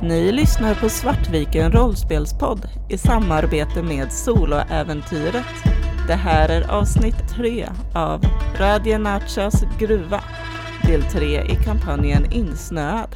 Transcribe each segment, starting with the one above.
Ni lyssnar på Svartviken rollspelspodd i samarbete med Soloäventyret. Det här är avsnitt 3 av Radjenachas gruva, del 3 i kampanjen Insnöad.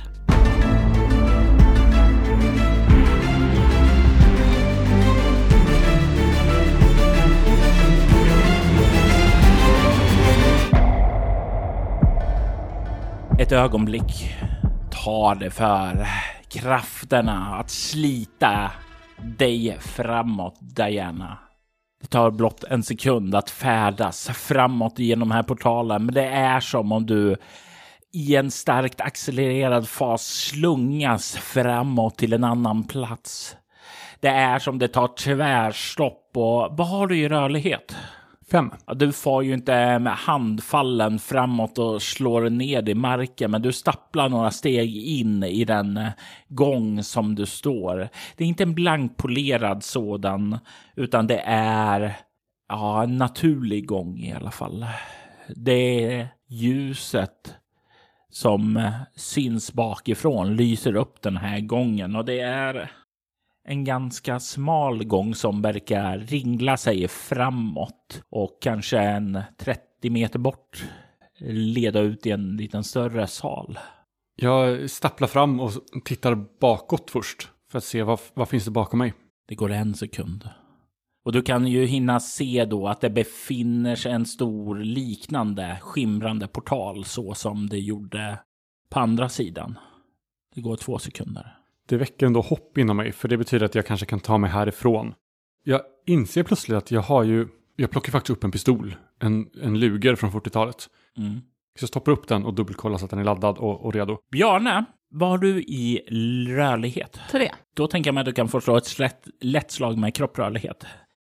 Ett ögonblick tar det för krafterna att slita dig framåt, Diana. Det tar blott en sekund att färdas framåt genom de här portalen, men det är som om du i en starkt accelererad fas slungas framåt till en annan plats. Det är som det tar tvärstopp. Och vad har du i rörlighet? 5. Ja, du får ju inte med handfallen framåt och slår ner i marken, men du stapplar några steg in i den gång som du står. Det är inte en blankpolerad sådan, utan det är en naturlig gång i alla fall. Det är ljuset som syns bakifrån lyser upp den här gången, och det är en ganska smal gång som verkar ringla sig framåt och kanske en 30 meter bort leda ut i en liten större sal. Jag stapplar fram och tittar bakåt först för att se vad finns det bakom mig. Det går en sekund. Och du kan ju hinna se då att det befinner sig en stor liknande skimrande portal så som det gjorde på andra sidan. Det går 2 sekunder. Det väcker ändå hopp inom mig, för det betyder att jag kanske kan ta mig härifrån. Jag inser plötsligt att jag plockar faktiskt upp en pistol. En Luger från 40-talet. Mm. Så jag stoppar upp den och dubbelkollar så att den är laddad och redo. Bjarne, vad har du i rörlighet? 3. Då tänker jag mig att du kan få slå ett lätt slag med kropprörlighet.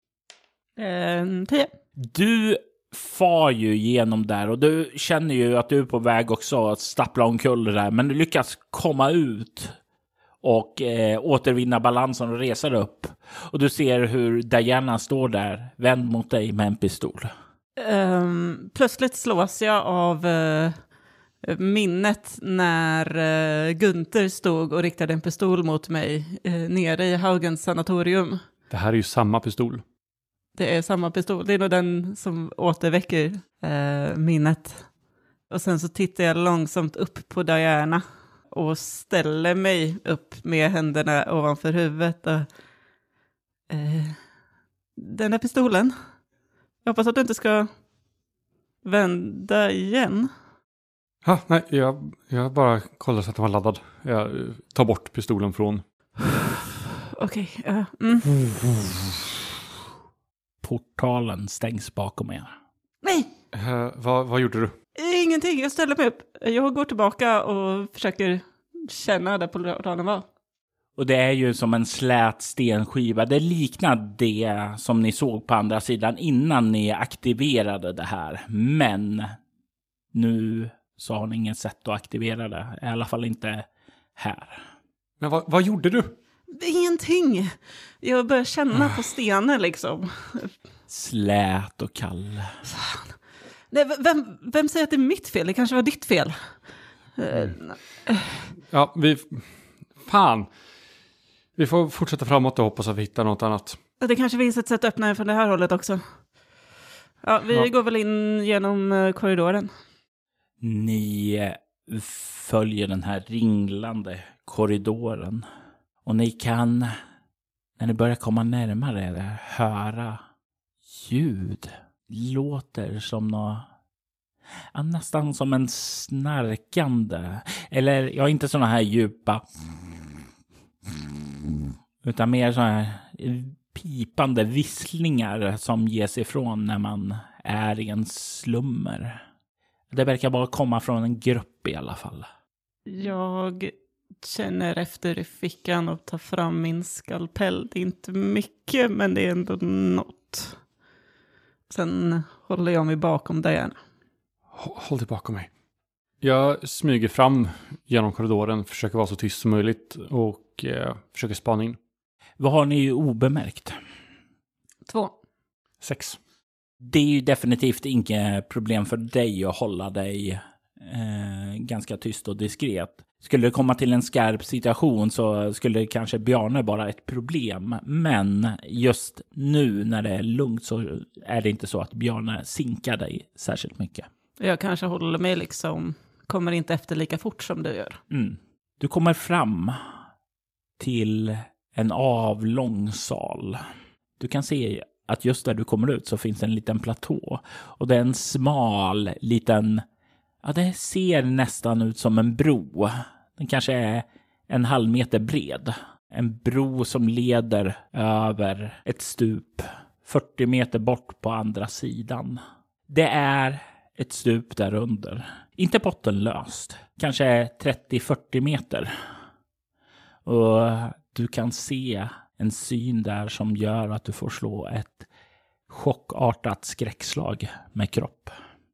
10. Du far ju igenom där och du känner ju att du är på väg också att stappla omkull där. Men du lyckas komma ut och återvinna balansen och resa dig upp. Och du ser hur Diana står där, vänd mot dig med en pistol. Plötsligt slås jag av minnet när Gunther stod och riktade en pistol mot mig nere i Haugens sanatorium. Det här är ju samma pistol. Det är samma pistol. Det är nog den som återväcker minnet. Och sen så tittar jag långsamt upp på Diana och ställer mig upp med händerna ovanför huvudet. Och, den där pistolen. Jag hoppas att du inte ska vända igen. Ja, nej, jag bara kollar så att den var laddad. Jag tar bort pistolen från. Okej. Portalen stängs bakom er. Nej! Vad gjorde du? Ingenting, jag ställer mig upp. Jag går tillbaka och försöker känna där portalen var. Och det är ju som en slät stenskiva. Det liknar det som ni såg på andra sidan innan ni aktiverade det här. Men nu så har ni inget sätt att aktivera det. I alla fall inte här. Men vad gjorde du? Ingenting. Jag börjar känna på stenen liksom. Slät och kall. Fan. Nej, vem säger att det är mitt fel? Det kanske var ditt fel. Ja, Fan. Vi får fortsätta framåt och hoppas att vi hittar något annat. Det kanske finns ett sätt att öppna den från det här hållet också. Ja, vi går väl in genom korridoren. Ni följer den här ringlande korridoren. Och ni kan, när ni börjar komma närmare, höra ljud. Låter som nästan som en snarkande. Eller, inte såna här djupa. Utan mer så här pipande visslingar som ges ifrån när man är i en slummer. Det verkar bara komma från en grupp i alla fall. Jag känner efter i fickan och tar fram min skalpell. Det är inte mycket, men det är ändå något. Sen håller jag mig bakom Diana. Håll dig bakom mig. Jag smyger fram genom korridoren, försöker vara så tyst som möjligt och försöker spana in. Vad har ni obemärkt? 2. 6. Det är ju definitivt inget problem för dig att hålla dig ganska tyst och diskret. Skulle det komma till en skarp situation så skulle det kanske Bjarne bara ett problem. Men just nu när det är lugnt så är det inte så att Bjarne sinkar dig särskilt mycket. Jag kanske håller med liksom, kommer inte efter lika fort som du gör. Du kommer fram till en avlång sal. Du kan se att just där du kommer ut så finns en liten platå. Och det är en smal liten... Ja, det ser nästan ut som en bro. Den kanske är 1,5 meter bred. En bro som leder över ett stup 40 meter bort på andra sidan. Det är ett stup där under. Inte bottenlöst. Kanske 30-40 meter. Och du kan se en syn där som gör att du får slå ett chockartat skräckslag med kropp.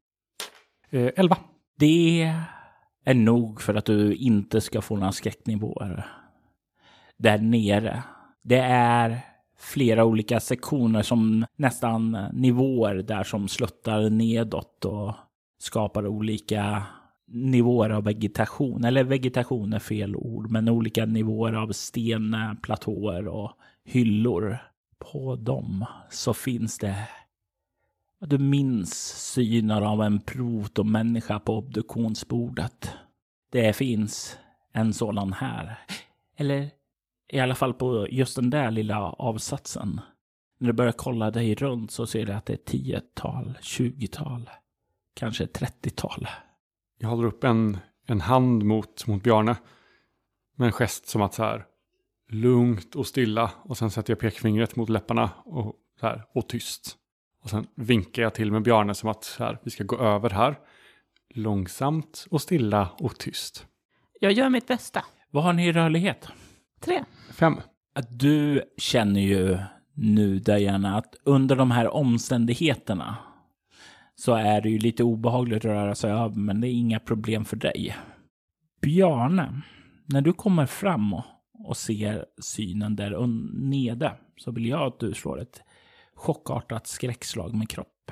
11. Det är nog för att du inte ska få några skräcknivåer. Där nere. Det är flera olika sektioner som nästan nivåer där som sluttar nedåt och skapar olika nivåer av vegetation. Eller vegetation är fel ord, men olika nivåer av stenplatåer och hyllor. På dem så finns det... Du minns syner av en protomänniska på obduktionsbordet. Det finns en sådan här. Eller i alla fall på just den där lilla avsatsen. När du börjar kolla dig runt så ser du att det är 10-tal, 20-tal, kanske 30-tal. Jag håller upp en hand mot Bjarne. Med en gest som att så här, lugnt och stilla. Och sen sätter jag pekfingret mot läpparna och så här, och tyst. Och sen vinkar jag till med Bjarne som att så här, vi ska gå över här. Långsamt och stilla och tyst. Jag gör mitt bästa. Vad har ni i rörlighet? 3. 5. Att du känner ju nu, Diana, att under de här omständigheterna så är det ju lite obehagligt att röra sig över, men det är inga problem för dig. Bjarne, när du kommer fram och ser synen där nere så vill jag att du slår ett chockartat skräckslag med kropp.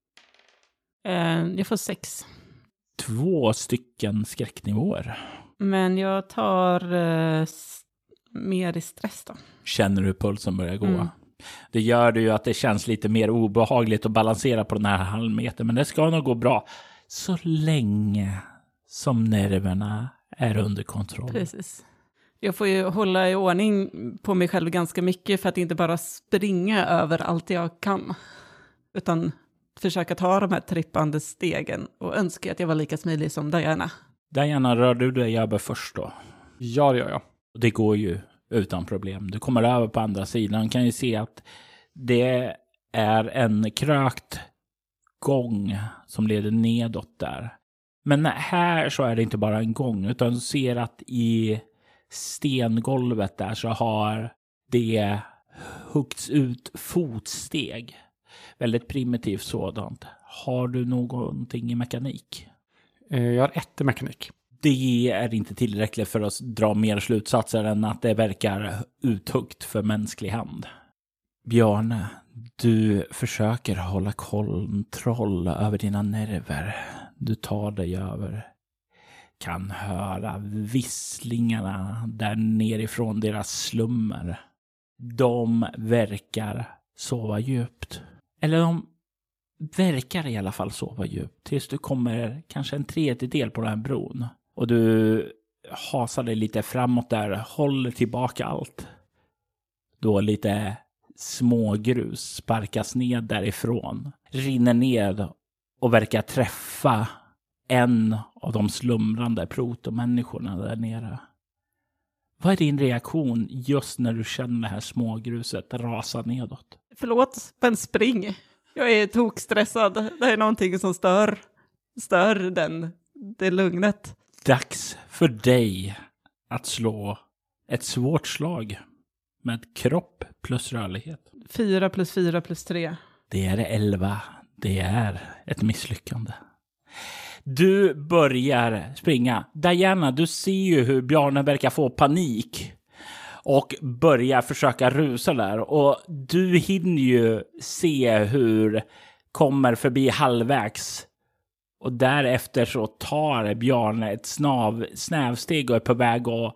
Jag får 6. 2 stycken skräcknivåer. Men jag tar mer i stress då. Känner du pulsen börjar gå? Det gör det ju att det känns lite mer obehagligt att balansera på den här halvmetern. Men det ska nog gå bra. Så länge som nerverna är under kontroll. Precis. Jag får ju hålla i ordning på mig själv ganska mycket för att inte bara springa över allt jag kan. Utan försöka ta de här trippande stegen och önska att jag var lika smidig som Diana. Diana, rör du dig över först då? Ja, det gör jag. Det går ju utan problem. Du kommer över på andra sidan. Kan ju se att det är en krökt gång som leder nedåt där. Men här så är det inte bara en gång, utan du ser att i stengolvet där så har det huggits ut fotsteg. Väldigt primitivt sådant. Har du någonting i mekanik? Jag har 1 i mekanik. Det är inte tillräckligt för att dra mer slutsatser än att det verkar uthuggt för mänsklig hand. Bjarne, du försöker hålla kontroll över dina nerver. Du tar dig över. Kan höra visslingarna där nerifrån deras slummer. De verkar sova djupt. Eller de verkar i alla fall sova djupt. Tills du kommer kanske en 3/3 på den här bron. Och du hasar dig lite framåt där. Håller tillbaka allt. Då lite smågrus sparkas ned därifrån. Rinner ned och verkar träffa en av de slumrande protomänniskorna där nere. Vad är din reaktion just när du känner det här smågruset rasa nedåt? Förlåt, men spring. Jag är tokstressad. Det är någonting som stör det lugnet. Dags för dig att slå ett svårt slag med kropp plus rörlighet. 4 + 4 + 3. Det är 11. Det är ett misslyckande. Du börjar springa. Diana, du ser ju hur Bjarne verkar få panik och börjar försöka rusa där. Och du hinner ju se hur kommer förbi halvvägs Och därefter så tar Bjarne ett snävsteg och är på väg att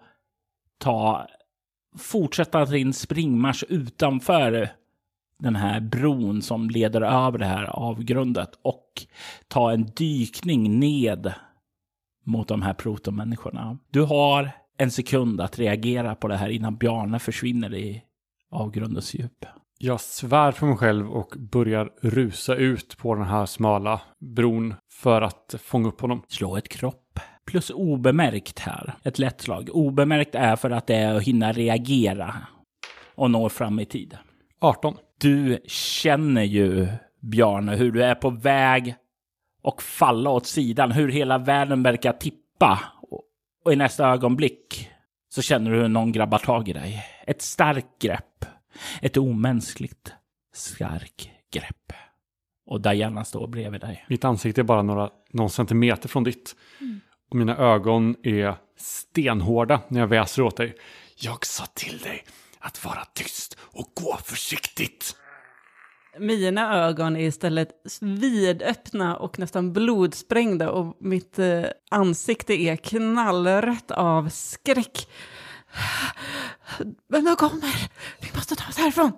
fortsätta sin springmarsch utanför den här bron som leder över det här avgrundet och ta en dykning ned mot de här protomänniskorna. Du har en sekund att reagera på det här innan Bjarne försvinner i avgrundens djup. Jag svär för mig själv och börjar rusa ut på den här smala bron för att fånga upp honom. Slå ett kropp. Plus obemärkt här. Ett lätt slag. Obemärkt är för att det är att hinna reagera och nå fram i tid. 18. Du känner ju, Bjarne, hur du är på väg och falla åt sidan. Hur hela världen verkar tippa. Och i nästa ögonblick så känner du hur någon grabbar tag i dig. Ett starkt grepp. Ett omänskligt starkt grepp. Och Diana står bredvid dig. Mitt ansikte är bara någon centimeter från ditt. Och mina ögon är stenhårda när jag väser åt dig. Jag sa till dig att vara tyst och gå försiktigt. Mina ögon är istället vidöppna och nästan blodsprängda och mitt ansikte är knallrött av skräck. Men de kommer! Vi måste ta oss härifrån!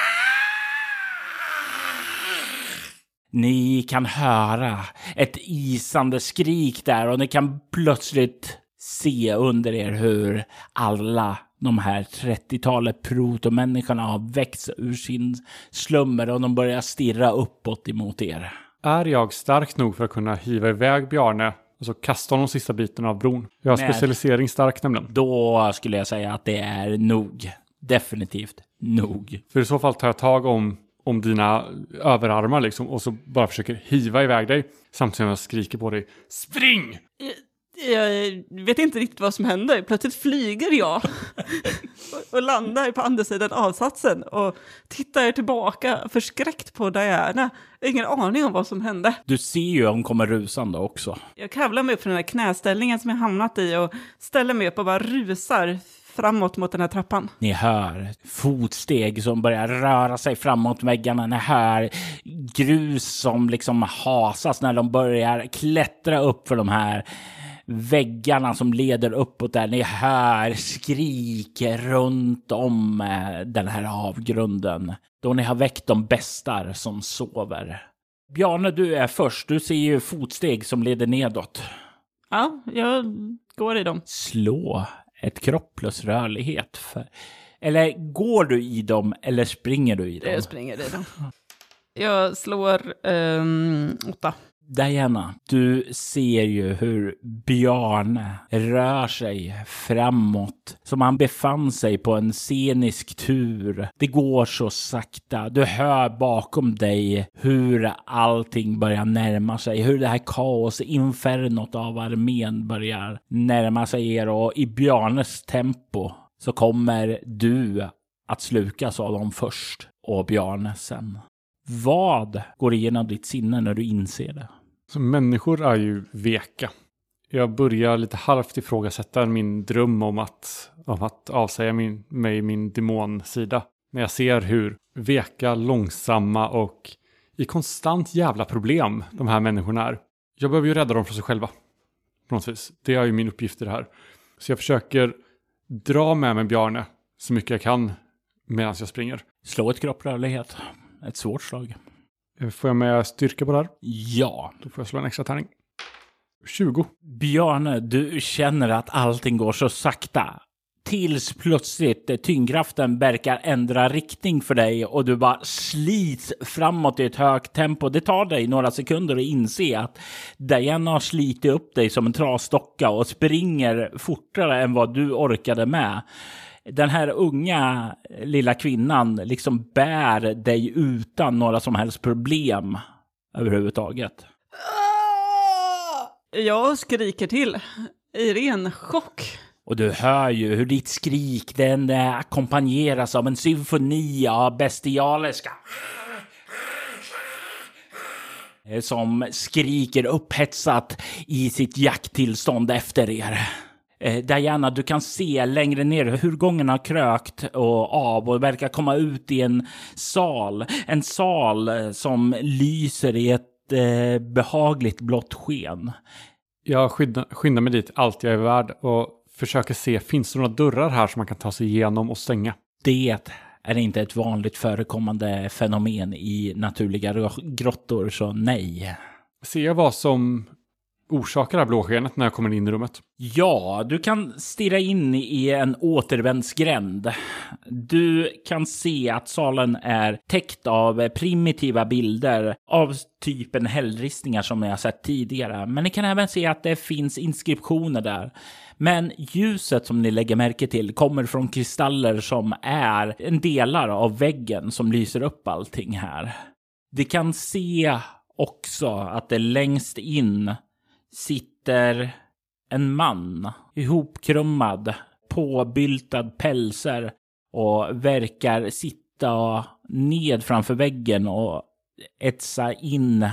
Ni kan höra ett isande skrik där och ni kan plötsligt se under er hur alla de här 30-talet protomänniskorna har växt ur sin slummer och de börjar stirra uppåt emot er. Är jag stark nog för att kunna hiva iväg Bjarne och så kasta honom sista biten av bron? Jag har specialisering stark nämligen. Då skulle jag säga att det är nog. Definitivt nog. För i så fall tar jag tag om dina överarmar liksom och så bara försöker hiva iväg dig samtidigt som jag skriker på dig. Spring! Jag vet inte riktigt vad som händer. Plötsligt flyger jag och landar på andra sidan avsatsen och tittar tillbaka förskräckt på Diana. Ingen aning om vad som hände. Du ser ju att hon kommer rusande också. Jag kavlar mig upp från den här knäställningen som jag hamnat i och ställer mig upp och bara rusar framåt mot den här trappan. Ni hör fotsteg som börjar röra sig framåt väggarna. Ni hör grus som liksom hasas när de börjar klättra upp för de här väggarna som leder uppåt där. Ni hör skrik runt om den här avgrunden. Då ni har väckt de bästar som sover. Bjarne, du är först. Du ser ju fotsteg som leder nedåt. Ja, jag går i dem. Slå ett kropp plus rörlighet. Eller går du i dem eller springer du i dem? Jag springer i dem. Jag slår 8. Diana, du ser ju hur Bjarne rör sig framåt som han befann sig på en scenisk tur. Det går så sakta. Du hör bakom dig hur allting börjar närma sig. Hur det här infernot av armén börjar närma sig er och i Bjarnes tempo så kommer du att slukas av dem först och Bjarne sen. Vad går igenom ditt sinne när du inser det? Så människor är ju veka. Jag börjar lite halvt ifrågasätta min dröm om att avsäga mig min demonsida. När jag ser hur veka, långsamma och i konstant jävla problem de här människorna är. Jag behöver ju rädda dem från sig själva. På något vis. Det är ju min uppgift i det här. Så jag försöker dra med mig Bjarne så mycket jag kan medan jag springer. Slå ett kropprörlighet. Ett svårt slag. Får jag med styrka på det här? Ja. Då får jag slå en extra tärning. 20. Bjarne, du känner att allting går så sakta. Tills plötsligt tyngdkraften verkar ändra riktning för dig och du bara slits framåt i ett högt tempo. Det tar dig några sekunder att inse att Diana har slitit upp dig som en trasdocka och springer fortare än vad du orkade med. Den här unga lilla kvinnan liksom bär dig utan några som helst problem överhuvudtaget. Jag skriker till i ren chock. Och du hör ju hur ditt skrik den ackompanjeras av en symfoni av bestialiska som skriker upphetsat i sitt jakttillstånd efter er. Diana, du kan se längre ner hur gången har krökt och verkar komma ut i en sal som lyser i ett behagligt blått sken. Jag skyndar mig dit allt jag är värd och försöker se, finns det några dörrar här som man kan ta sig igenom och stänga? Det är inte ett vanligt förekommande fenomen i naturliga grottor, så nej. Ser jag vad som orsakar det här blåskenet när jag kommer in i rummet? Ja, du kan stirra in i en återvändsgränd. Du kan se att salen är täckt av primitiva bilder av typen hällristningar som jag har sett tidigare. Men ni kan även se att det finns inskriptioner där. Men ljuset som ni lägger märke till kommer från kristaller som är en delar av väggen som lyser upp allting här. Du kan se också att det längst in sitter en man ihopkrummad, påbyltad pälser och verkar sitta ned framför väggen och etsa in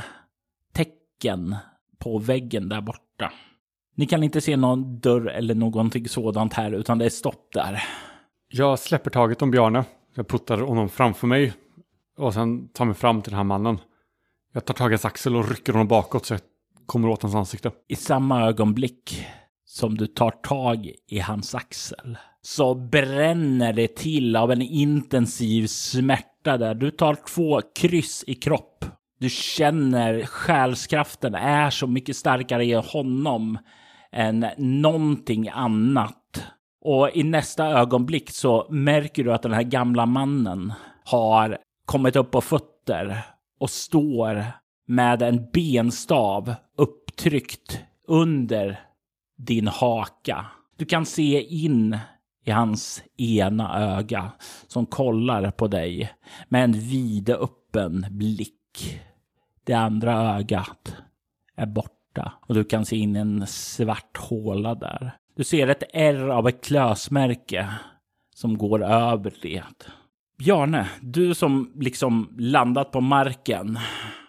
tecken på väggen där borta. Ni kan inte se någon dörr eller någonting sådant här, utan det är stopp där. Jag släpper taget om Bjarne. Jag puttar honom framför mig och sen tar mig fram till den här mannen. Jag tar tag i hans axel och rycker honom bakåt så jag kommer åt hans ansikte. I samma ögonblick som du tar tag i hans axel så bränner det till av en intensiv smärta där. Du tar 2 kryss i kropp. Du känner själskraften är så mycket starkare i honom än någonting annat. Och i nästa ögonblick så märker du att den här gamla mannen har kommit upp på fötter och står med en benstav upptryckt under din haka. Du kan se in i hans ena öga som kollar på dig med en vidöppen blick. Det andra ögat är borta och du kan se in en svart håla där. Du ser ett ärr av ett klösmärke som går över det. Bjarne, du som liksom landat på marken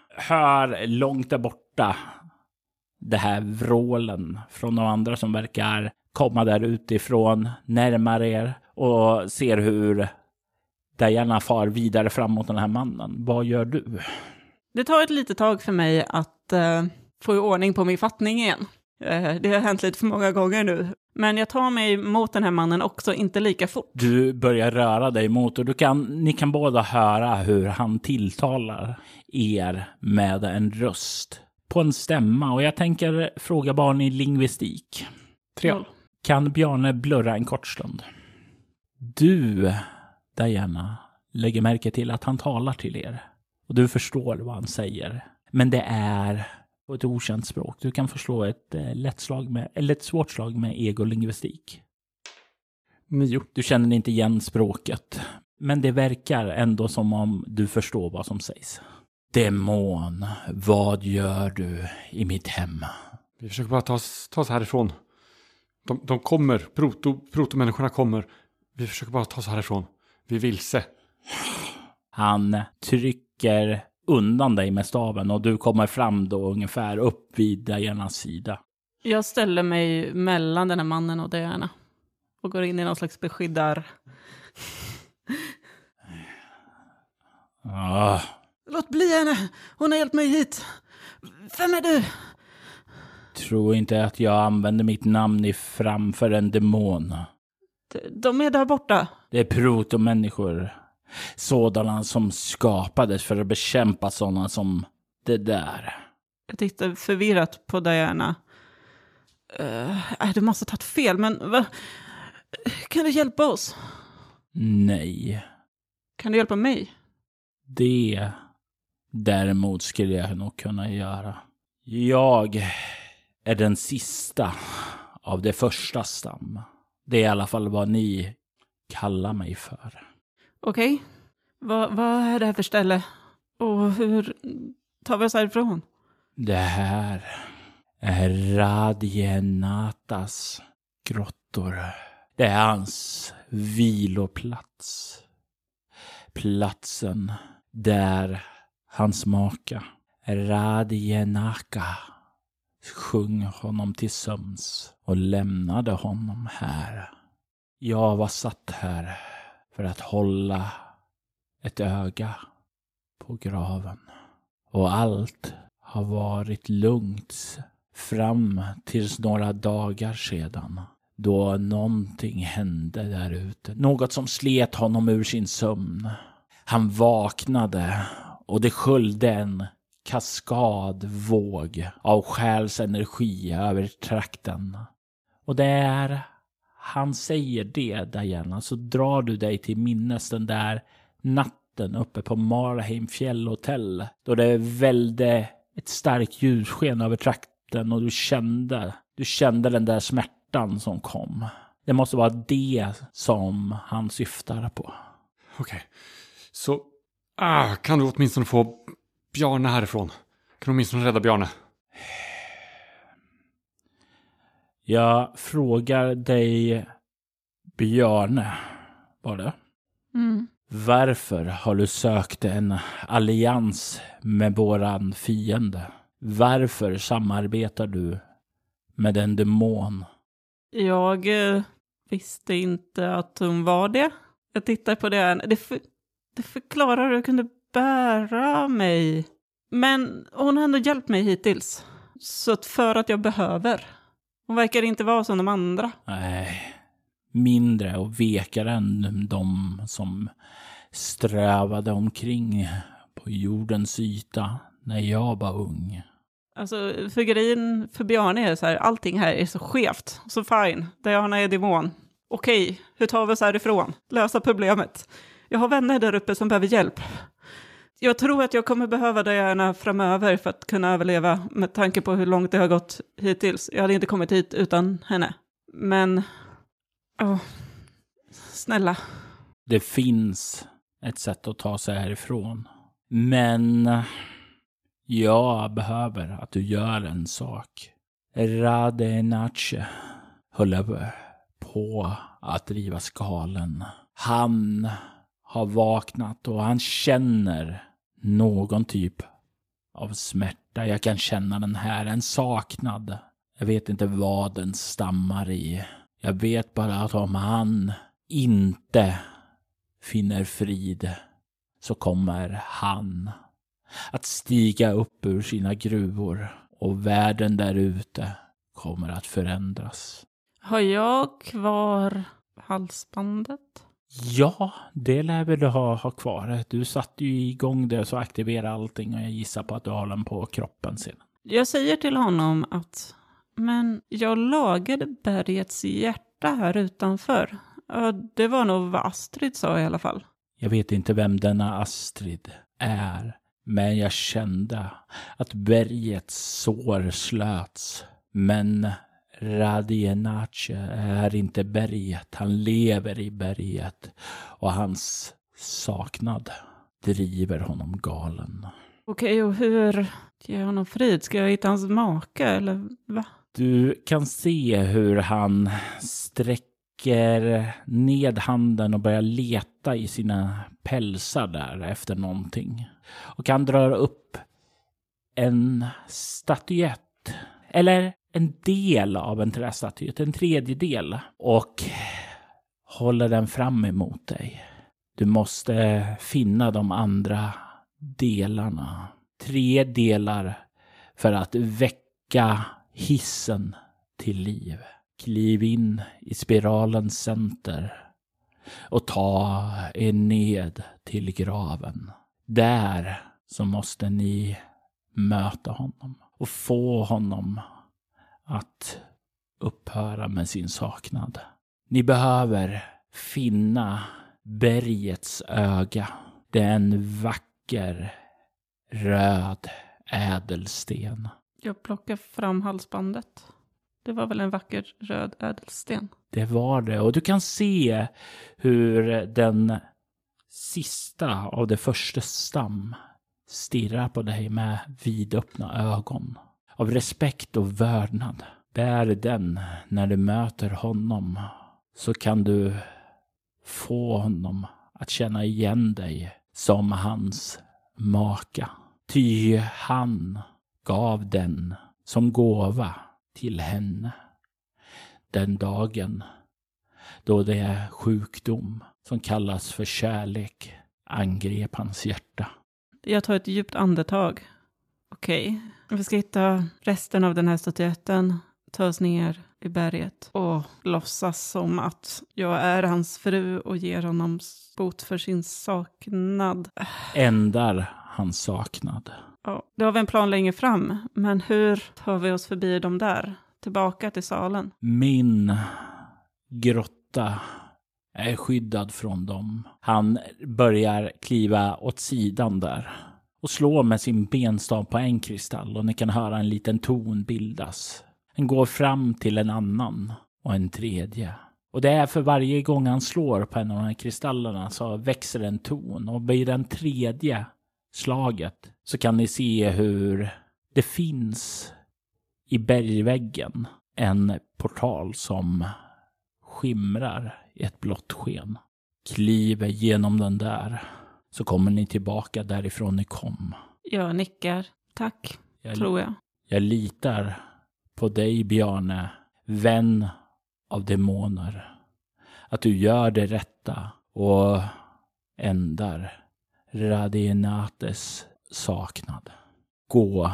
hör långt där borta det här vrålen från de andra som verkar komma där utifrån närmare er och ser hur Diana far vidare fram mot den här mannen. Vad gör du? Det tar ett litet tag för mig att få i ordning på min fattning igen. Det har hänt lite för många gånger nu. Men jag tar mig mot den här mannen också, inte lika fort. Du börjar röra dig mot och ni kan båda höra hur han tilltalar er med en röst på en stämma. Och jag tänker fråga barn i lingvistik. 3. Kan Bjarne blurra en kort stund? Du, Diana, lägger märke till att han talar till er. Och du förstår vad han säger. Men det är på ett okänt språk. Du kan förstå ett svårt slag med egolingvistik. 9. Du känner inte igen språket. Men det verkar ändå som om du förstår vad som sägs. Demon, vad gör du i mitt hem? Vi försöker bara ta oss härifrån. De kommer. Protomänniskorna kommer. Vi försöker bara ta oss härifrån. Vi är vilse. Han trycker undan dig med staven och du kommer fram då ungefär upp vid Dianas sida. Jag ställer mig mellan den här mannen och Diana och går in i någon slags beskyddar. Låt bli henne! Hon har hjälpt mig hit! Vem är du? Tror inte att jag använder mitt namn framför en demon. De är där borta. Det är protomänniskor. Sådana som skapades för att bekämpa sådana som det där. Jag tittar förvirrat på Diana. Du måste ha tagit fel, men kan du hjälpa oss? Nej. Kan du hjälpa mig? Det däremot skulle jag nog kunna göra. Jag är den sista av det första stam. Det är i alla fall vad ni kallar mig för. Okej. Vad är det här för ställe? Och hur tar vi oss härifrån? Det här är Radienatas grottor. Det är hans viloplats. Platsen där hans maka Radienaka sjöng honom till sömns och lämnade honom här. Jag var satt här för att hålla ett öga på graven. Och allt har varit lugnt fram tills några dagar sedan. Då någonting hände där ute. Något som slet honom ur sin sömn. Han vaknade och det sköljde en kaskadvåg av själsenergi över trakten. Och där han säger det, Diana, så drar du dig till minnes den där natten uppe på Marheim fjällhotell. Då det välde ett starkt ljussken över trakten och du kände den där smärtan som kom. Det måste vara det som han syftar på. Okej. Så kan du åtminstone få Bjarne härifrån? Kan du åtminstone rädda Bjarne? Jag frågar dig, Bjarne, var det? Varför har du sökt en allians med våran fiende? Varför samarbetar du med en demon? Jag visste inte att hon var det. Jag tittar på det. Det förklarar hur jag kunde bära mig. Men hon har ändå hjälpt mig hittills. Så för att jag behöver. Hon verkar inte vara som de andra. Nej, mindre och vekare än de som strövade omkring på jordens yta när jag var ung. Alltså, för grejen för Bjarne är så här, allting här är så skevt. Så fine, Diana är demon. Okej, hur tar vi oss härifrån? Lösa problemet. Jag har vänner där uppe som behöver hjälp. Jag tror att jag kommer behöva Diana framöver för att kunna överleva med tanke på hur långt det har gått hittills. Jag hade inte kommit hit utan henne. Men, snälla. Det finns ett sätt att ta sig härifrån. Men jag behöver att du gör en sak. Radenache höll på att driva skalen. Han har vaknat och han känner någon typ av smärta. Jag kan känna den här, en saknad. Jag vet inte vad den stammar i. Jag vet bara att om han inte finner frid så kommer han att stiga upp ur sina gruvor och världen där ute kommer att förändras. Har jag kvar halsbandet? Ja, det lär väl du ha kvar. Du satte ju igång det så aktiverade allting och jag gissar på att du har den på kroppen sen. Jag säger till honom att men jag lagade bergets hjärta här utanför. Det var nog vad Astrid sa i alla fall. Jag vet inte vem denna Astrid är. Men jag kände att bergets sår slöts. Men Radenache är inte berget. Han lever i berget. Och hans saknad driver honom galen. Okej, och hur ger honom frid? Ska jag hitta hans make eller va? Du kan se hur han sträcker ned handen och börjar leta i sina pälsar där efter någonting. Och han drar upp en statyett. Eller en del av en trästatyett. En tredjedel. Och håller den fram emot dig. Du måste finna de andra delarna. 3 delar för att väcka hissen till liv. Kliv in i spiralens center och ta er ned till graven. Där så måste ni möta honom och få honom att upphöra med sin saknad. Ni behöver finna bergets öga. Det är en vacker röd ädelsten. Jag plockar fram halsbandet. Det var väl en vacker röd ädelsten. Det var det. Och du kan se hur den sista av det första stam stirrar på dig med vidöppna ögon. Av respekt och vördnad. Bär den när du möter honom. Så kan du få honom att känna igen dig som hans maka. Ty han gav den som gåva till henne. Den dagen då det är sjukdom som kallas för kärlek angrep hans hjärta. Jag tar ett djupt andetag Okej. Vi ska hitta resten av den här statyetten. Ta oss ner i berget. Och låtsas som att jag är hans fru och ger honom bot för sin saknad. Ändar hans saknad. Ja, då har vi en plan längre fram. Men hur tar vi oss förbi dem där? Tillbaka till salen. Min grotta är skyddad från dem. Han börjar kliva åt sidan där. Och slår med sin benstav på en kristall. Och ni kan höra en liten ton bildas. Den går fram till en annan. Och en tredje. Och det är för varje gång han slår på en av de här kristallerna så växer en ton. Och vid den tredje slaget så kan ni se hur det finns i bergväggen en portal som skimrar i ett blått sken. Kliver genom den där så kommer ni tillbaka därifrån ni kom. Jag nickar. Tack, tror jag. Jag litar på dig, Bjarne, vän av demoner. Att du gör det rätta och ändar Radienates saknad. Gå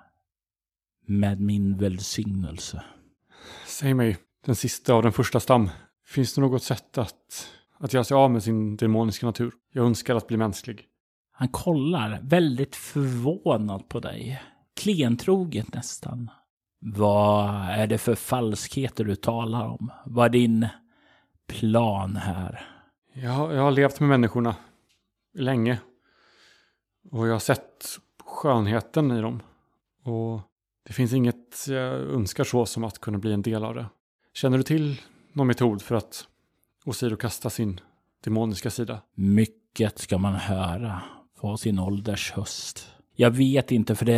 med min välsignelse. Säg mig, den sista av den första stam. Finns det något sätt att göra sig av med sin demoniska natur? Jag önskar att bli mänsklig. Han kollar väldigt förvånad på dig. Klentroget nästan. Vad är det för falskheter du talar om? Vad är din plan här? Jag har levt med människorna länge. Och jag har sett skönheten i dem. Och det finns inget jag önskar så som att kunna bli en del av det. Känner du till någon metod för att åsidokasta sin demoniska sida? Mycket ska man höra på sin ålders höst. Jag vet inte för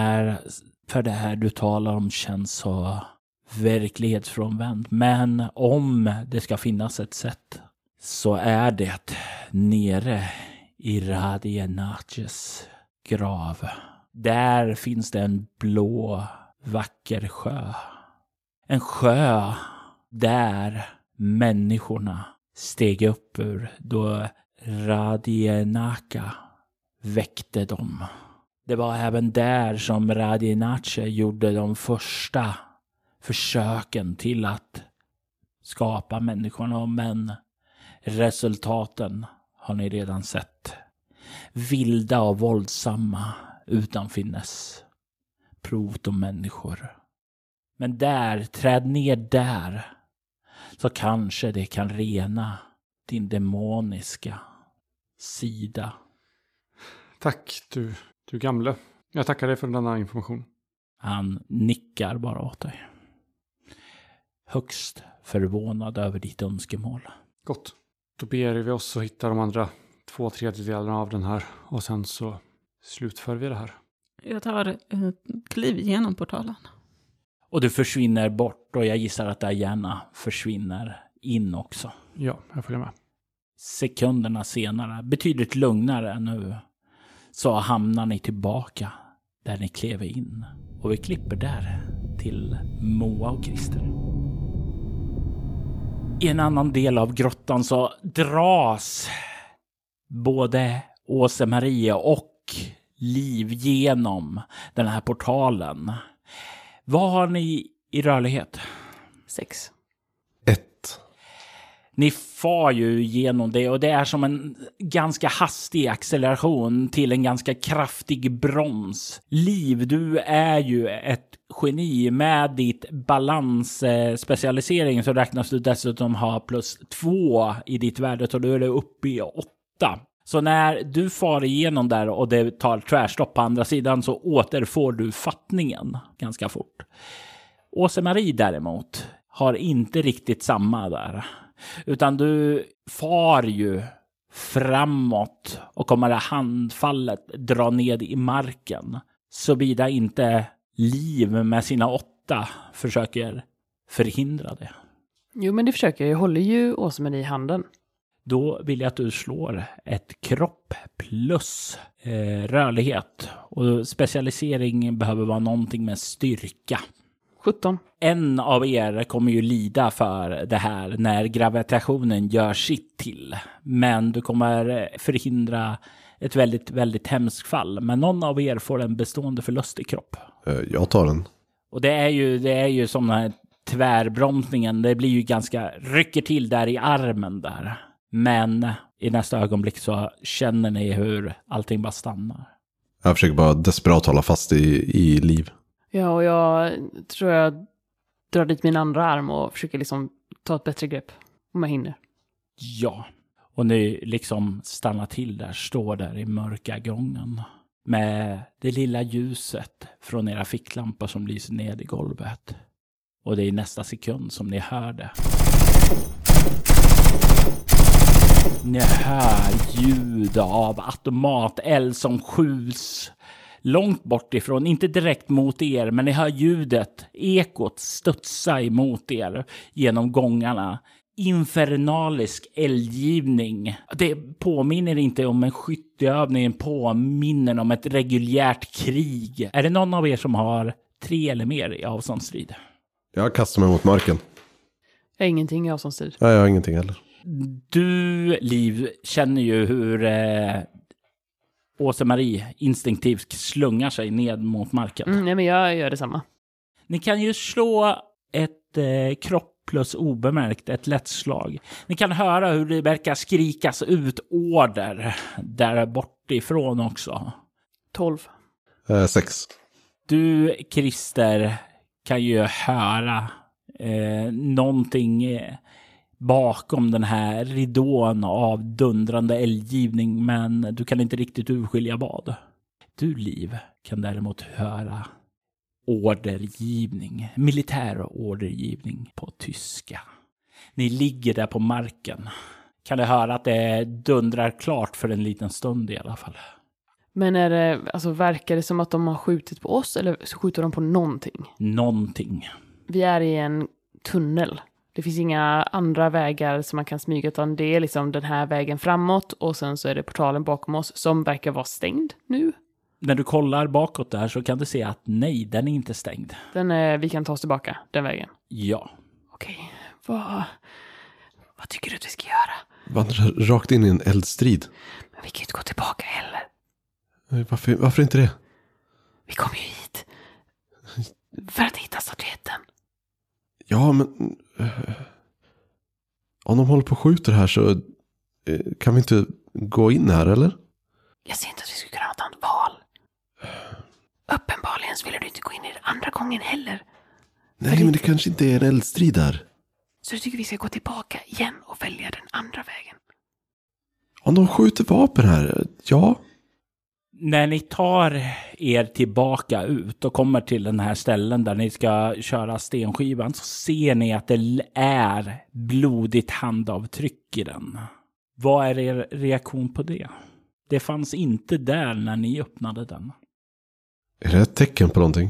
det här du talar om känns så verklighetsfrånvänt. Men om det ska finnas ett sätt så är det nere i Radienates grav. Där finns det en blå, vacker sjö. En sjö där människorna steg upp ur då Radienaka väckte dem. Det var även där som Radienache gjorde de första försöken till att skapa människorna. Men resultaten har ni redan sett. Vilda och våldsamma utan finess. Protomänniskor. Men träd ner där. Så kanske det kan rena din demoniska sida. Tack du gamle. Jag tackar dig för denna information. Han nickar bara åt dig. Högst förvånad över ditt önskemål. Gott. Då ber vi oss att hitta de andra 2/3 av den här. Och sen så slutför vi det här. Jag tar ett kliv genom portalen. Och du försvinner bort och jag gissar att Diana försvinner in också. Ja, jag följer med. Sekunderna senare, betydligt lugnare nu, så hamnar ni tillbaka där ni klev in. Och vi klipper där till Moa och Christer. I en annan del av grottan så dras både Åse-Marie och Liv genom den här portalen. Vad har ni i rörlighet? 6. 1. Ni far ju igenom det och det är som en ganska hastig acceleration till en ganska kraftig broms. Liv, du är ju ett geni. Med ditt balansspecialisering så räknas du dessutom ha +2 i ditt värde och då är det uppe i 8. Så när du far igenom där och det tar tvärstopp på andra sidan så återfår du fattningen ganska fort. Åse-Marie däremot har inte riktigt samma där. Utan du far ju framåt och kommer att handfallet dra ned i marken. Så bida inte Liv med sina 8 försöker förhindra det. Jo, men det försöker jag. Jag håller ju Åse-Marie i handen. Då vill jag att du slår ett kropp plus rörlighet. Och specialisering behöver vara någonting med styrka. 17. En av er kommer ju lida för det här när gravitationen gör sitt till. Men du kommer förhindra ett väldigt, väldigt hemskt fall. Men någon av er får en bestående förlust i kropp. Jag tar den. Och det är ju som den här tvärbromsningen. Det blir ju ganska, rycker till där i armen där. Men i nästa ögonblick så känner ni hur allting bara stannar. Jag försöker bara desperat hålla fast i liv. Ja, och jag tror jag drar dit min andra arm och försöker liksom ta ett bättre grepp om jag hinner. Ja, och ni liksom stannar till där, står där i mörka gången. Med det lilla ljuset från era ficklampor som lyser ned i golvet. Och det är nästa sekund som ni hör det. Ni hör ljud av automateld som skjuts långt bort ifrån. Inte direkt mot er, men ni hör ljudet, ekot studsa emot er genom gångarna. Infernalisk eldgivning. Det påminner inte om en skytteövning, påminner om ett reguljärt krig. Är det någon av er som har 3 eller mer i avståndsstrid? Jag kastar mig mot marken. Jag har ingenting i avståndstid. Nej, jag har ingenting heller. Du, Liv, känner ju hur Åsa-Marie instinktivt slungar sig ned mot marken. Nej, men jag gör detsamma. Ni kan ju slå ett kropp plus obemärkt, ett lätt slag. Ni kan höra hur det verkar skrikas ut order där bortifrån också. 12. 6. Du, Christer, kan ju höra någonting bakom den här ridån av dundrande eldgivning, men du kan inte riktigt urskilja vad. Du, Liv, kan däremot höra ordergivning, militär ordergivning på tyska. Ni ligger där på marken. Kan du höra att det dundrar klart för en liten stund i alla fall? Men är det, alltså, verkar det som att de har skjutit på oss eller skjuter de på någonting? Någonting. Vi är i en tunnel. Det finns inga andra vägar som man kan smyga, utan det är liksom den här vägen framåt och sen så är det portalen bakom oss som verkar vara stängd nu. När du kollar bakåt där så kan du se att nej, den är inte stängd. Vi kan ta oss tillbaka den vägen. Ja. Okej, vad tycker du att vi ska göra? Vandrar rakt in i en eldstrid. Men vi kan ju inte gå tillbaka heller. Varför inte det? Vi kom ju hit för att hitta statyetten. Ja, men om de håller på och skjuter här så kan vi inte gå in här, eller? Jag ser inte att vi skulle kunna ha ett annat val. Uppenbarligen så ville du inte gå in i det andra gången heller. Nej, men det kanske inte är en eldstrid där. Så du tycker vi ska gå tillbaka igen och välja den andra vägen? Om de skjuter vapen här, ja. När ni tar er tillbaka ut och kommer till den här ställen där ni ska köra stenskivan så ser ni att det är blodigt handavtryck i den. Vad är er reaktion på det? Det fanns inte där när ni öppnade den. Är det ett tecken på någonting?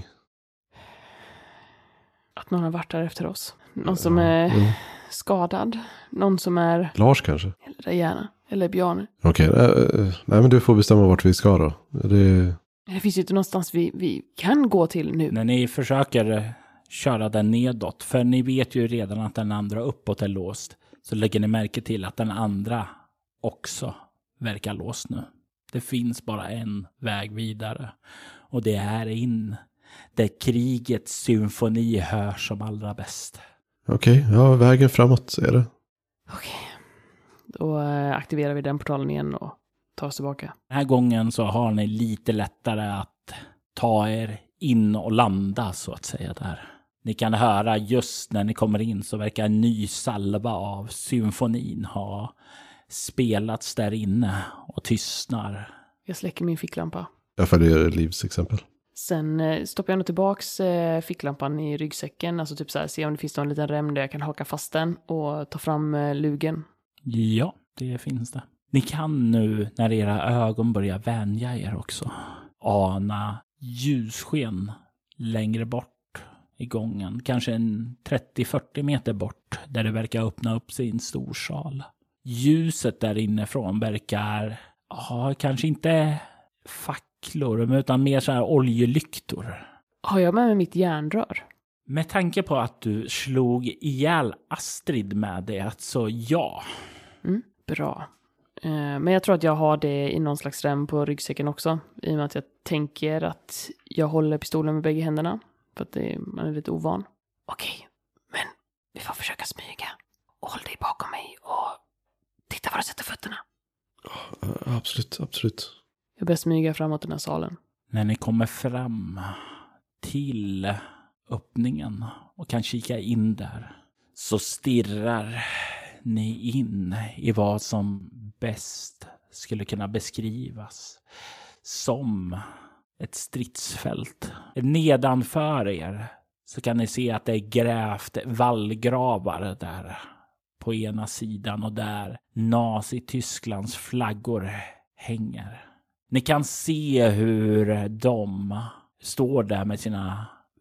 Att någon har varit där efter oss. Någon som är skadad. Någon som är... Lars kanske? Eller Diana. Eller Bjarne. Okej, nej men du får bestämma vart vi ska då. Det finns ju inte någonstans vi kan gå till nu. När ni försöker köra den nedåt, för ni vet ju redan att den andra uppåt är låst, så lägger ni märke till att den andra också verkar låst nu. Det finns bara en väg vidare. Och det är in där krigets symfoni hörs som allra bäst. Okej, ja, vägen framåt är det. Okej. Då aktiverar vi den portalen igen och tar oss tillbaka. Den här gången så har ni lite lättare att ta er in och landa så att säga där. Ni kan höra just när ni kommer in så verkar en ny salva av symfonin ha spelats där inne och tystnar. Jag släcker min ficklampa. Jag följer Livs exempel. Sen stoppar jag nog tillbaks ficklampan i ryggsäcken. Alltså typ så här, se om det finns någon liten rem där jag kan haka fast den och ta fram lugen. Ja, det finns det. Ni kan nu när era ögon börjar vänja er också ana ljussken längre bort i gången. Kanske en 30-40 meter bort där det verkar öppna upp sig i en stor sal. Ljuset där inifrån verkar, kanske inte facklor utan mer så här oljelyktor. Har jag med mig mitt järnrör? Med tanke på att du slog ihjäl Astrid med det, så ja. Bra. Men jag tror att jag har det i någon slags rem på ryggsäcken också. I och med att jag tänker att jag håller pistolen med bägge händerna. För att man är lite ovan. Okej, men vi får försöka smyga. Håll dig bakom mig och titta var du sätter fötterna. Absolut, absolut. Jag börjar smyga framåt den här salen. När ni kommer fram till öppningen och kan kika in där, så stirrar ni in i vad som bäst skulle kunna beskrivas som ett stridsfält. Nedanför er så kan ni se att det är grävt vallgravar där på ena sidan och där Nazi-Tysklands flaggor hänger. Ni kan se hur de står där med sina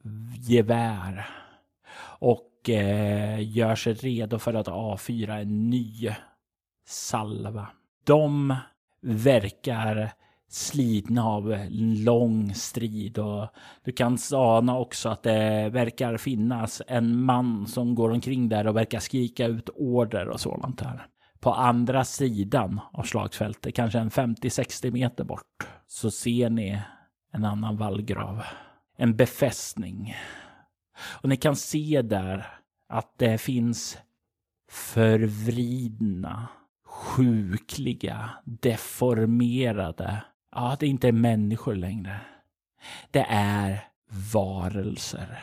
gevär och gör sig redo för att avfyra en ny salva. De verkar slitna av lång strid och du kan ana också att det verkar finnas en man som går omkring där och verkar skrika ut order och sådant här. På andra sidan av slagsfältet, kanske en 50-60 meter bort, så ser ni en annan vallgrav. En befästning. Och ni kan se där att det finns förvridna, sjukliga, deformerade. Ja, det är inte människor längre. Det är varelser.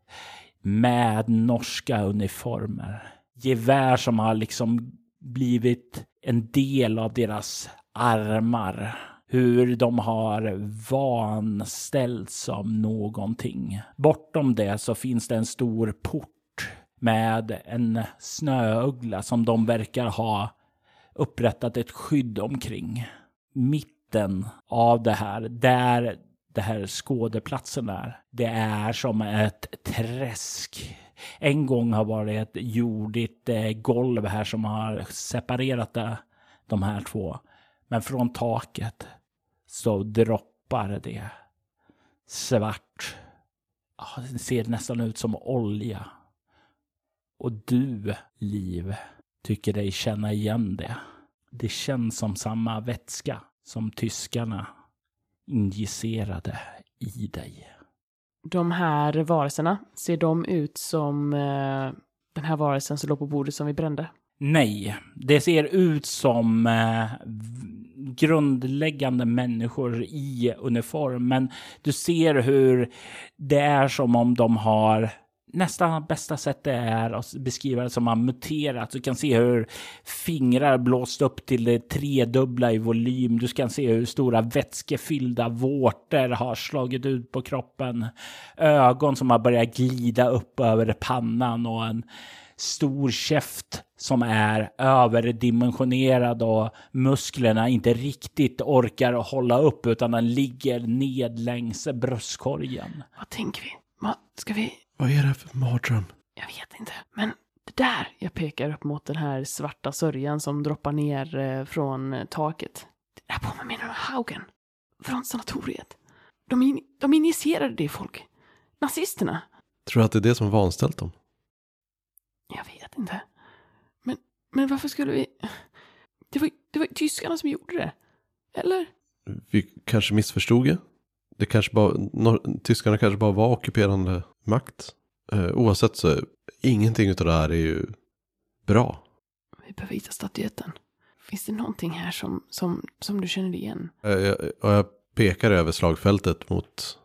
Med norska uniformer. Gevär som har liksom blivit en del av deras armar. Hur de har vanställts som någonting. Bortom det så finns det en stor port med en snöuggla som de verkar ha upprättat ett skydd omkring. Mitten av det här, där det här skådeplatsen är, det är som ett träsk. En gång har varit ett jordigt golv här som har separerat de här två. Men från taket så droppar det svart. Ja, det ser nästan ut som olja. Och du, Liv, tycker dig känna igen det. Det känns som samma vätska som tyskarna injicerade i dig. De här varelserna, ser de ut som den här varelsen som låg på bordet som vi brände? Nej, det ser ut som grundläggande människor i uniform. Men du ser hur det är som om de har, nästan bästa sättet är att beskriva det som har muterat. Du kan se hur fingrar blåst upp till det tredubbla i volym. Du kan se hur stora vätskefyllda vårtor har slagit ut på kroppen. Ögon som har börjat glida upp över pannan och en stor käft som är överdimensionerad och musklerna inte riktigt orkar hålla upp utan den ligger ned längs bröstkorgen. Vad tänker vi? Ska vi... Vad är det för mardröm? Jag vet inte, men det där, jag pekar upp mot den här svarta sörjan som droppar ner från taket. Det är på med Haugen. Från sanatoriet. De injicerade det i folk. Nazisterna. Tror du att det är det som vanställt dem? Jag vet inte. Men varför skulle vi... Det var tyskarna som gjorde det. Eller? Vi kanske missförstod det. Det kanske bara, tyskarna kanske bara var ockuperande makt. Oavsett så ingenting av det här är ju bra. Vi behöver hitta statyetten. Finns det någonting här som du känner igen? Jag pekar över slagfältet mot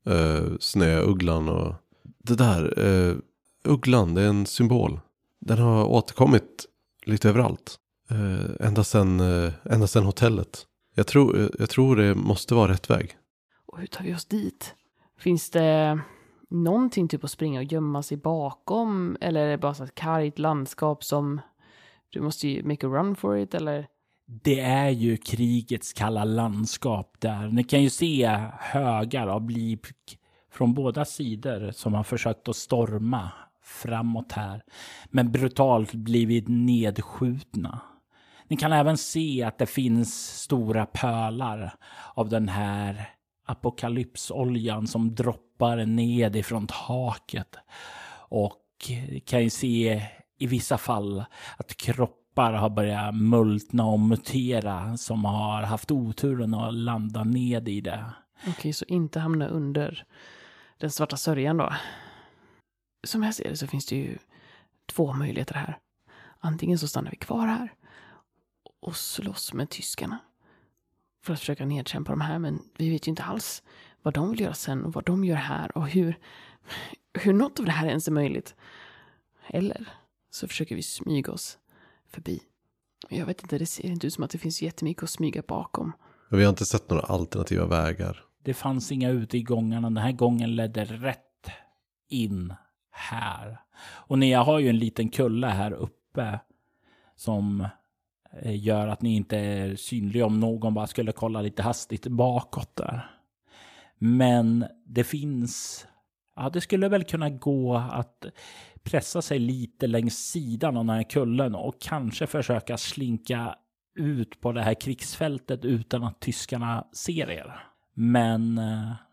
snöugglan och det där. Ugglan, det är en symbol. Den har återkommit lite överallt. Ända sedan hotellet. Jag tror det måste vara rätt väg. Och hur tar vi oss dit? Finns det någonting typ att springa och gömma sig bakom? Eller är det bara så ett kargt landskap som du måste ju make a run for it? Eller? Det är ju krigets kalla landskap där. Ni kan ju se högar av blik från båda sidor som har försökt att storma framåt här. Men brutalt blivit nedskjutna. Ni kan även se att det finns stora pölar av den här apokalypsoljan som droppar ned ifrån taket. Och kan ju se i vissa fall att kroppar kroppar har börjat multna och mutera som har haft oturen att landa ned i det. Okej, så inte hamna under den svarta sörjan då. Som jag ser det så finns det ju 2 möjligheter här. Antingen så stannar vi kvar här och slåss med tyskarna för att försöka nedkämpa de här, men vi vet ju inte alls vad de vill göra sen och vad de gör här och hur något av det här ens är möjligt. Eller så försöker vi smyga oss förbi. Jag vet inte, det ser inte ut som att det finns jättemycket att smyga bakom. Men vi har inte sett några alternativa vägar. Det fanns inga ute i gångarna. Den här gången ledde rätt in här. Och ni har ju en liten kulle här uppe som gör att ni inte är synliga om någon bara skulle kolla lite hastigt bakåt där. Men det finns... Ja, det skulle väl kunna gå att pressa sig lite längs sidan av den här kullen och kanske försöka slinka ut på det här krigsfältet utan att tyskarna ser er. Men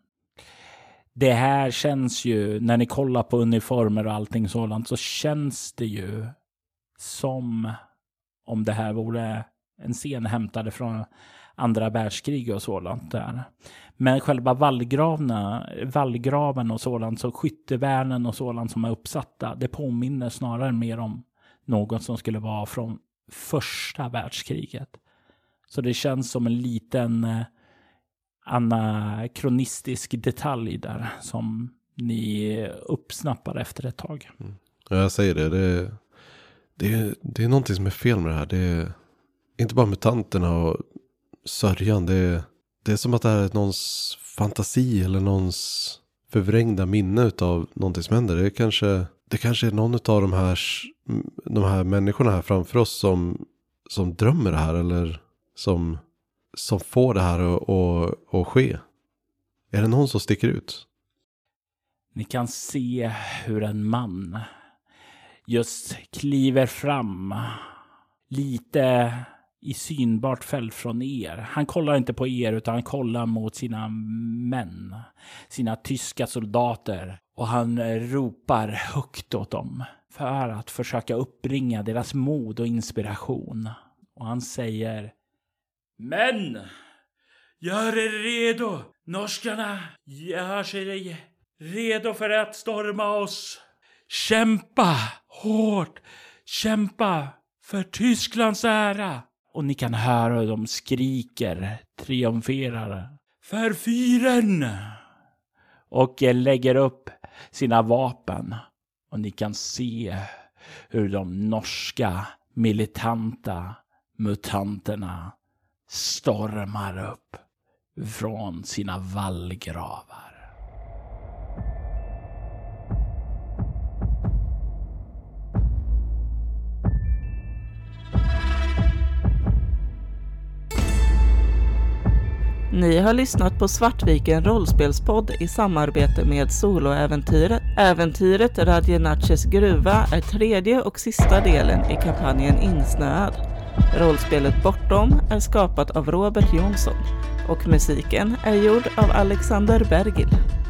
det här känns ju, när ni kollar på uniformer och allting sådant, så känns det ju som om det här vore en scen hämtade från andra världskrig och sådant där. Men själva vallgraven och sådant, så skyttevärnen och sådant som är uppsatta, det påminner snarare mer om något som skulle vara från första världskriget. Så det känns som en liten anakronistisk detalj där som ni uppsnappar efter ett tag. Mm. Ja, jag säger det är någonting som är fel med det här. Det är inte bara mutanterna och sörjan. Det är som att det här är någons fantasi eller någons förvrängda minne utav någonting som händer. Det kanske är någon av de här människorna här framför oss som drömmer det här eller som får det här att ske. Är det någon som sticker ut? Ni kan se hur en man just kliver fram lite i synbart fält från er. Han kollar inte på er utan han kollar mot sina män, sina tyska soldater, och han ropar högt åt dem för att försöka uppbringa deras mod och inspiration. Och han säger: "Men, gör er redo! Norskarna gör sig redo för att storma oss. Kämpa hårt! Kämpa för Tysklands ära!" Och ni kan höra hur de skriker, triumferar. "För fyren!" Och lägger upp sina vapen. Och ni kan se hur de norska militanta mutanterna stormar upp från sina vallgravar. Ni har lyssnat på Svartviken rollspelspodd i samarbete med Soloäventyret. Äventyret Radjenatches gruva är 3:e och sista delen i kampanjen Insnöad. Rollspelet Bortom är skapat av Robert Jonsson och musiken är gjord av Alexander Bergil.